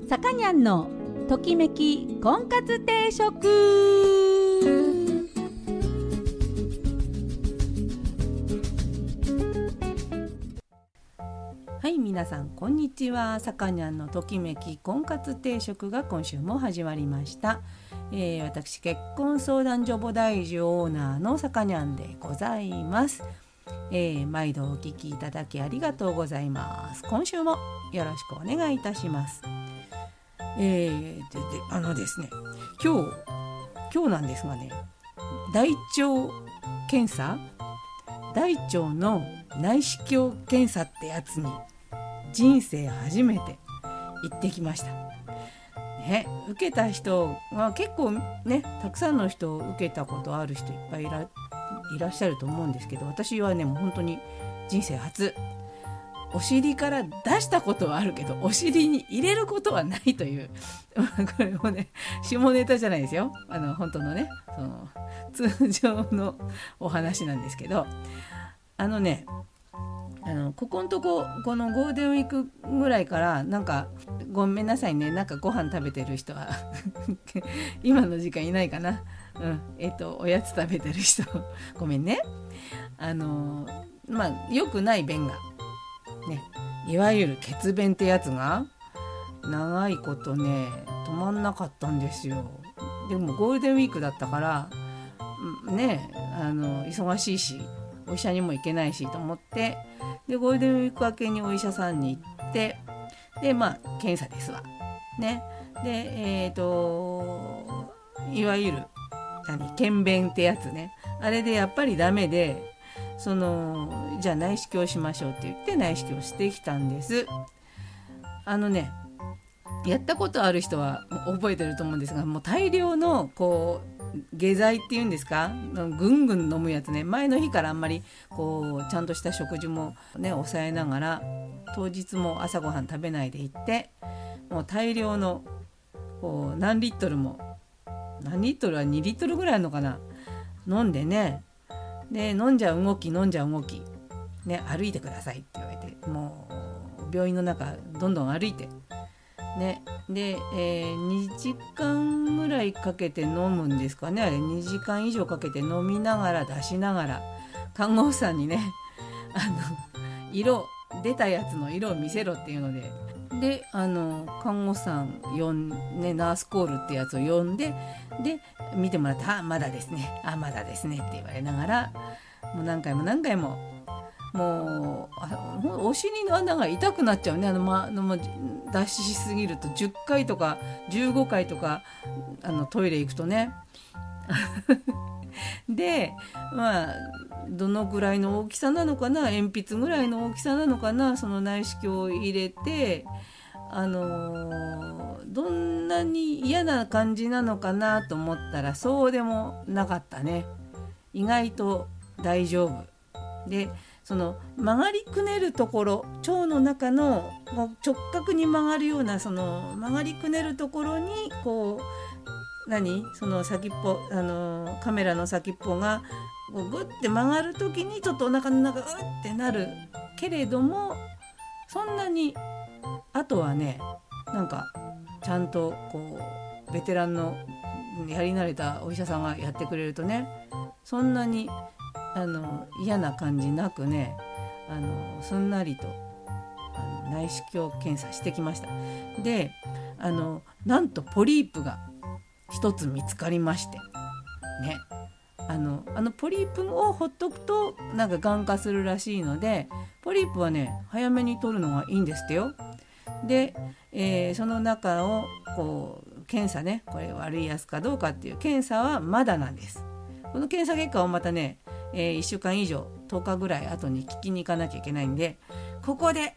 さかにゃんのときめき婚活定食。はい、皆さんこんにちは。さかにゃんのときめき婚活定食が今週も始まりました。私結婚相談所菩提樹オーナーのさかにゃんでございます。毎度お聞きいただきありがとうございます。今週もよろしくお願いいたします。ですね、今日なんですがね、大腸検査、大腸の内視鏡検査ってやつに人生初めて行ってきました。受けた人は結構ね、たくさんの人受けたことある人いっぱいいらっしゃると思うんですけど、私はねもう本当に人生初、お尻から出したことはあるけどお尻に入れることはないというこれもね下ネタじゃないですよ、本当のねその通常のお話なんですけど、ここのとここのゴールデンウィークぐらいからなんかごめんなさいね、なんかご飯食べてる人は今の時間いないかな、おやつ食べてる人ごめんね。良くない便がね、いわゆる血便ってやつが長いことね止まんなかったんですよ。でもゴールデンウィークだったからね、忙しいしお医者にも行けないしと思って、でゴールデンウィーク明けにお医者さんに行って、で検査ですわね。でいわゆる検便ってやつね、あれでやっぱりダメで、じゃあ内視鏡しましょうって言って内視鏡してきたんです。やったことある人は覚えてると思うんですが、もう大量の下剤っていうんですか、ぐんぐん飲むやつね。前の日からあんまりちゃんとした食事もね抑えながら、当日も朝ごはん食べないで行って、もう大量の何リットルも、何リットルは2リットルぐらいあるのかな、飲んでね、で飲んじゃう動きね、歩いてくださいって言われて、もう病院の中どんどん歩いてね、で、2時間ぐらいかけて飲むんですかね、あれ2時間以上かけて飲みながら出しながら、看護師さんにね出たやつの色を見せろっていうので、看護師さん呼んで、ナースコールってやつを呼んで、で見てもらって、まだですね、まだですねって言われながら、もう何回ももうお尻の穴が痛くなっちゃうね。出しすぎると10回とか15回とかトイレ行くとねでどのぐらいの大きさなのかな、鉛筆ぐらいの大きさなのかな、その内視鏡を入れてどんなに嫌な感じなのかなと思ったら、そうでもなかったね。意外と大丈夫で、その曲がりくねるところ、腸の中の直角に曲がるような、その曲がりくねるところにその先っぽ、カメラの先っぽがグッて曲がるときにちょっとお腹の中うってなるけれども、そんなにあとはね、なんかちゃんとベテランのやり慣れたお医者さんがやってくれるとね、そんなに嫌な感じなくね、すんなりと内視鏡検査してきました。でなんとポリープが一つ見つかりましてね、ポリープをほっとくとなんかがん化するらしいので、ポリープはね早めに取るのがいいんですってよ。で、その中を検査ね、これ悪いやつかどうかっていう検査はまだなんです。この検査結果をまたね、1週間以上10日ぐらい後に聞きに行かなきゃいけないんで、ここで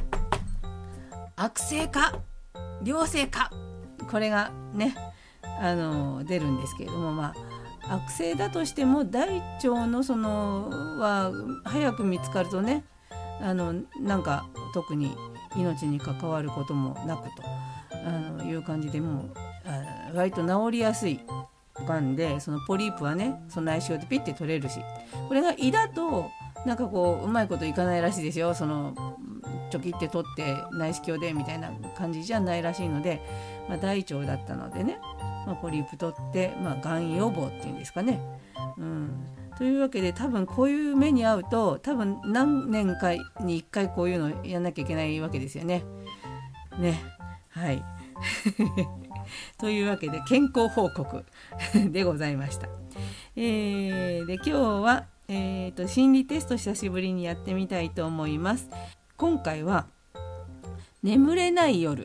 悪性か良性か、これがね出るんですけれども、悪性だとしても大腸のは早く見つかるとね、なんか特に命に関わることもなくという感じで、もう割と治りやすいがんで、そのポリープはねその内視鏡でピッて取れるし、これが胃だとなんかこううまいこといかないらしいですよ。そのチョキって取って内視鏡でみたいな感じじゃないらしいので、大腸だったのでね、ポリープ取って、がん予防っていうんですかね、というわけで、多分こういう目に遭うと多分何年かに1回こういうのやんなきゃいけないわけですよね。はいというわけで健康報告でございました。で今日は、心理テスト久しぶりにやってみたいと思います。今回は眠れない夜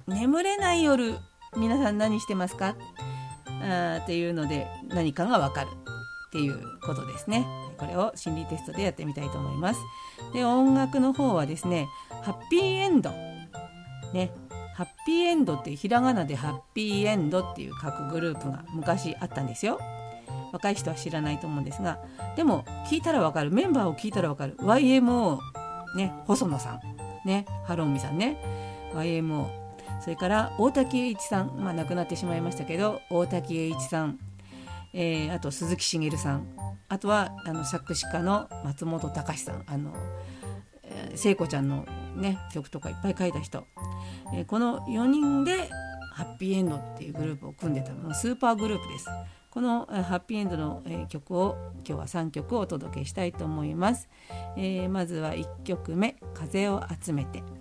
皆さん何してますかっていうので、何かがわかるっていうことですね。これを心理テストでやってみたいと思います。で、音楽の方はですね、ハッピーエンドね、ハッピーエンドっていうひらがなでハッピーエンドっていう各グループが昔あったんですよ。若い人は知らないと思うんですが、でも聞いたらわかる、メンバーを聞いたらわかる。 YMO ね、細野さんね、ハロンミさんね、 YMO、 それから大滝栄一さん、亡くなってしまいましたけど大滝栄一さん、あと鈴木茂さん、あとは作詞家の松本隆さん、聖子ちゃんの、曲とかいっぱい書いた人、この4人でハッピーエンドっていうグループを組んでたスーパーグループです。このハッピーエンドの曲を今日は3曲お届けしたいと思います。まずは1曲目、風を集めて。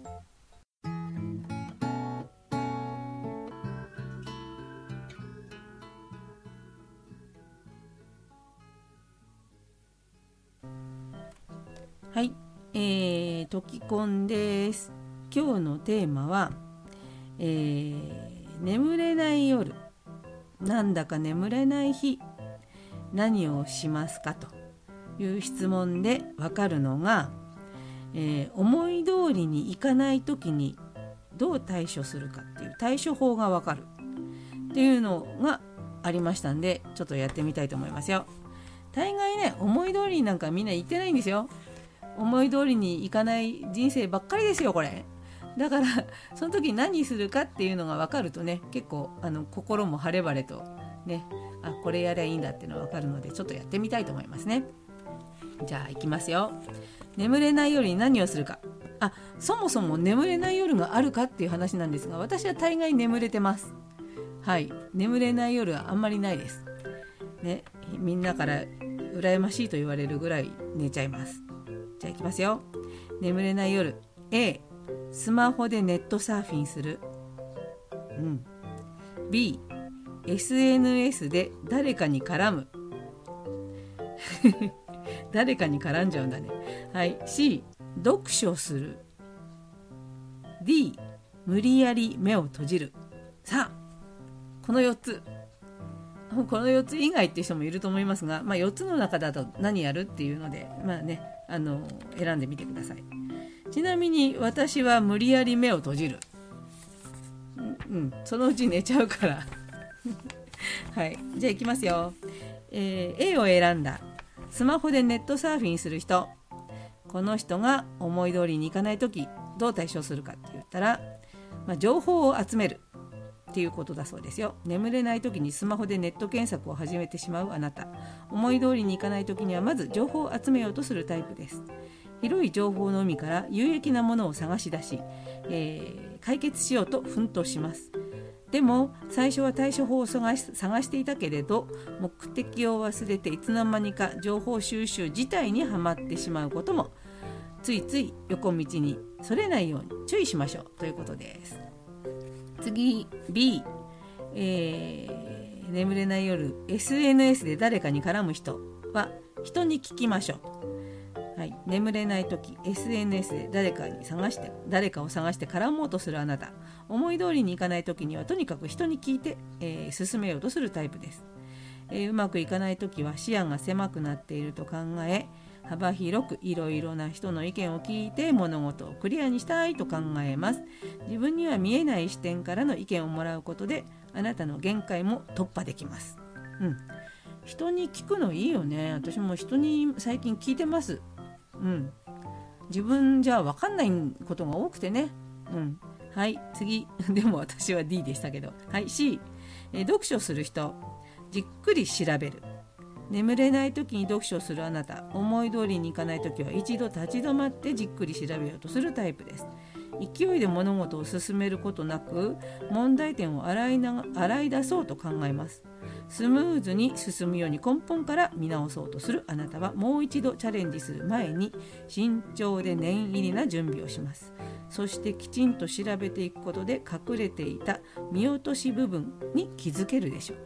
はい、トキコンです。今日のテーマは、眠れない夜、なんだか眠れない日、何をしますかという質問でわかるのが、思い通りにいかないときにどう対処するかっていう対処法がわかるっていうのがありましたんで、ちょっとやってみたいと思いますよ。大概ね、思い通りになんかみんな言ってないんですよ。思い通りにいかない人生ばっかりですよこれ。だからその時何するかっていうのが分かるとね、結構心も晴れ晴れとね、これやりゃいいんだっていうのが分かるので、ちょっとやってみたいと思いますね。じゃあいきますよ。眠れない夜に何をするか。そもそも眠れない夜があるかっていう話なんですが、私は大概眠れてます。はい、眠れない夜はあんまりないですね。みんなから羨ましいと言われるぐらい寝ちゃいます。じゃあいきますよ。眠れない夜。 A、スマホでネットサーフィンする、B、SNS で誰かに絡む誰かに絡んじゃうんだね。はい。C、読書する。 D、無理やり目を閉じる。さあ、この4つ以外っていう人もいると思いますが、4つの中だと何やるっていうので、選んでみてください。ちなみに私は無理やり目を閉じる。そのうち寝ちゃうからはい、じゃあいきますよ。A を選んだスマホでネットサーフィンする人、この人が思い通りにいかないときどう対処するかって言ったら、情報を集めるっていうことだそうですよ。眠れないときにスマホでネット検索を始めてしまうあなた、思い通りにいかないときにはまず情報を集めようとするタイプです。広い情報の海から有益なものを探し出し、解決しようと奮闘します。でも最初は対処法を探していたけれど、目的を忘れていつの間にか情報収集自体にはまってしまうことも、ついつい横道にそれないように注意しましょうということです。次 B、眠れない夜 SNS で誰かに絡む人は人に聞きましょう。はい、眠れないとき SNS で誰かを探して絡もうとするあなた、思い通りにいかないときにはとにかく人に聞いて、進めようとするタイプです。うまくいかないときは視野が狭くなっていると考え、幅広くいろいろな人の意見を聞いて物事をクリアにしたいと考えます。自分には見えない視点からの意見をもらうことであなたの限界も突破できます。人に聞くのいいよね。私も人に最近聞いてます。自分じゃ分かんないことが多くてね。はい、次でも私は D でしたけど。はい、C、読書する人、じっくり調べる。 眠れない時に読書をするあなた、思い通りにいかない時は一度立ち止まってじっくり調べようとするタイプです。勢いで物事を進めることなく、問題点を洗い出そうと考えます。スムーズに進むように根本から見直そうとするあなたは、もう一度チャレンジする前に慎重で念入りな準備をします。そしてきちんと調べていくことで隠れていた見落とし部分に気づけるでしょ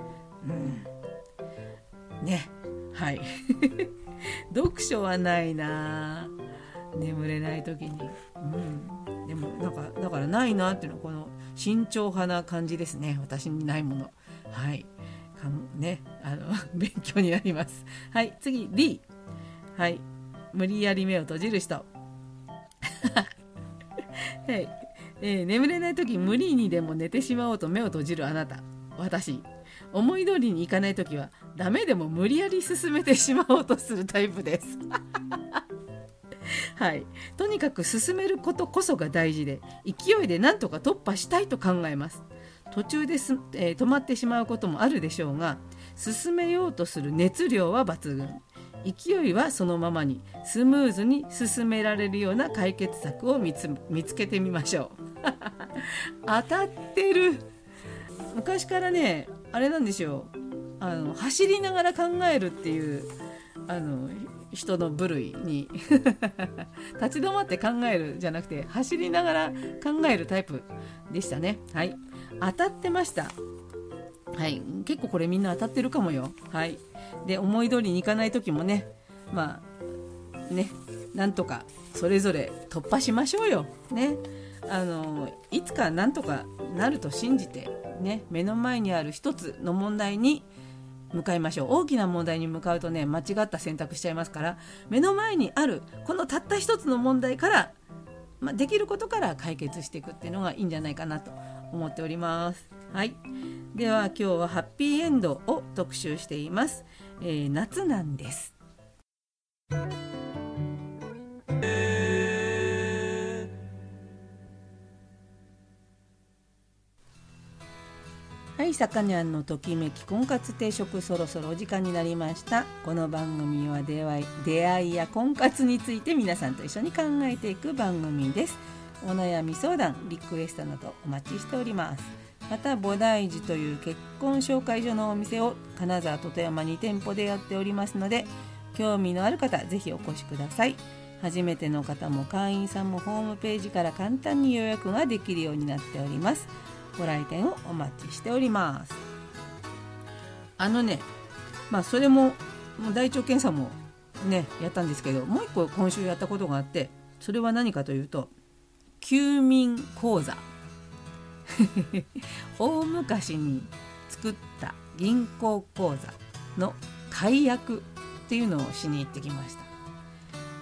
う。ね、はい読書はないな、眠れない時に、でもだからないなっていうのはこの慎重派な感じですね、私にないもの。はいね、勉強になります。はい、次 D。 はい、無理やり目を閉じる人はい、眠れない時無理にでも寝てしまおうと目を閉じるあなた、私。思い通りにいかない時はダメでも無理やり進めてしまおうとするタイプですはい、とにかく進めることこそが大事で、勢いで何とか突破したいと考えます。途中で止まってしまうこともあるでしょうが、進めようとする熱量は抜群。勢いはそのままにスムーズに進められるような解決策を見つけてみましょう当たってる。昔からね、あれなんですよ、走りながら考えるっていう人の部類に立ち止まって考えるじゃなくて走りながら考えるタイプでしたね。はい、当たってました。はい、結構これみんな当たってるかもよ。はい、で思い通りにいかない時もね、まあね、なんとかそれぞれ突破しましょうよね。いつかなんとかなると信じてね、目の前にある一つの問題に向かいましょう。大きな問題に向かうとね、間違った選択しちゃいますから、目の前にあるこのたった一つの問題から、できることから解決していくっていうのがいいんじゃないかなと思っております。はい、では今日はハッピーエンドを特集しています。夏なんです。はい、さかにゃんのときめき婚活定食、そろそろお時間になりました。この番組は出会いや婚活について皆さんと一緒に考えていく番組です。お悩み相談、リクエストなどお待ちしております。また菩提寺という結婚紹介所のお店を金沢と富山に店舗でやっておりますので、興味のある方ぜひお越しください。初めての方も会員さんもホームページから簡単に予約ができるようになっております。ご来店をお待ちしております。それも大腸検査もねやったんですけど、もう一個今週やったことがあって、それは何かというと休眠口座大昔に作った銀行口座の解約っていうのをしに行ってきました。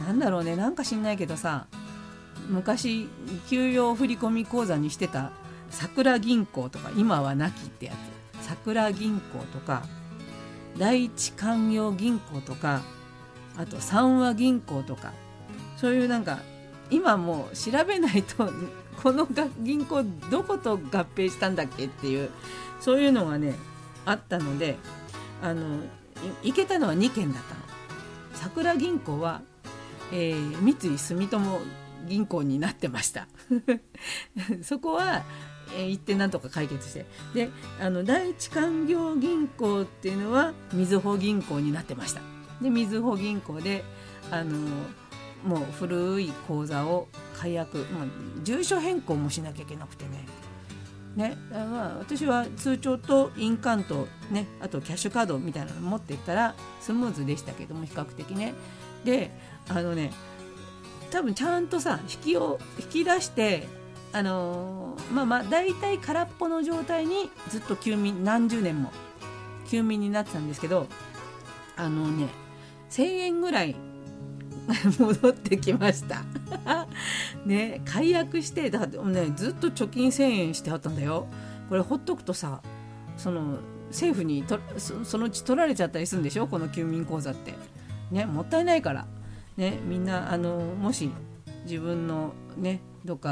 なんだろうね、なんか知んないけどさ、昔給与振込口座にしてた桜銀行とか、今はなきってやつ、桜銀行とか第一勧業銀行とか、あと三和銀行とか、そういうなんか今もう調べないとこの銀行どこと合併したんだっけっていう、そういうのがねあったので、行けたのは2件だったの。桜銀行は、三井住友銀行になってましたそこは行ってなんとか解決して、で第一勧業銀行っていうのはみずほ銀行になってました。でみずほ銀行でもう古い口座を解約、住所変更もしなきゃいけなくてね、私は通帳と印鑑とね、あとキャッシュカードみたいなの持っていったらスムーズでしたけども、比較的ね。で多分ちゃんとさ引き出してだいたい空っぽの状態にずっと休眠、何十年も休眠になってたんですけど、1000円ぐらい戻ってきましたね、解約して、だってねずっと貯金1000円してあったんだよ。これほっとくとさ、政府にそのうち取られちゃったりするんでしょ、この休眠口座ってね。もったいないからね、みんなもし自分のねどっか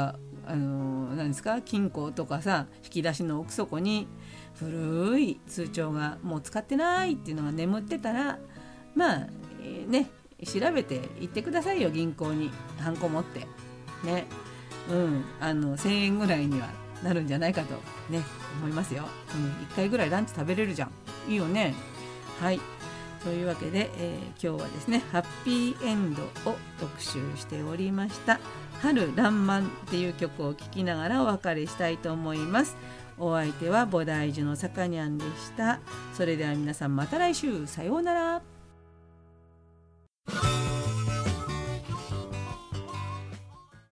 何ですか、金庫とかさ、引き出しの奥底に古い通帳がもう使ってないっていうのが眠ってたら、まあね、調べて行ってくださいよ、銀行にハンコ持ってね。1000円ぐらいにはなるんじゃないかとね思いますよ。1回ぐらいランチ食べれるじゃん。いいよね。はい、というわけで、今日はですねハッピーエンドを特集しておりました。春らんまんっていう曲を聴きながらお別れしたいと思います。お相手は菩提樹のさかにゃんでした。それでは皆さんまた来週、さようなら。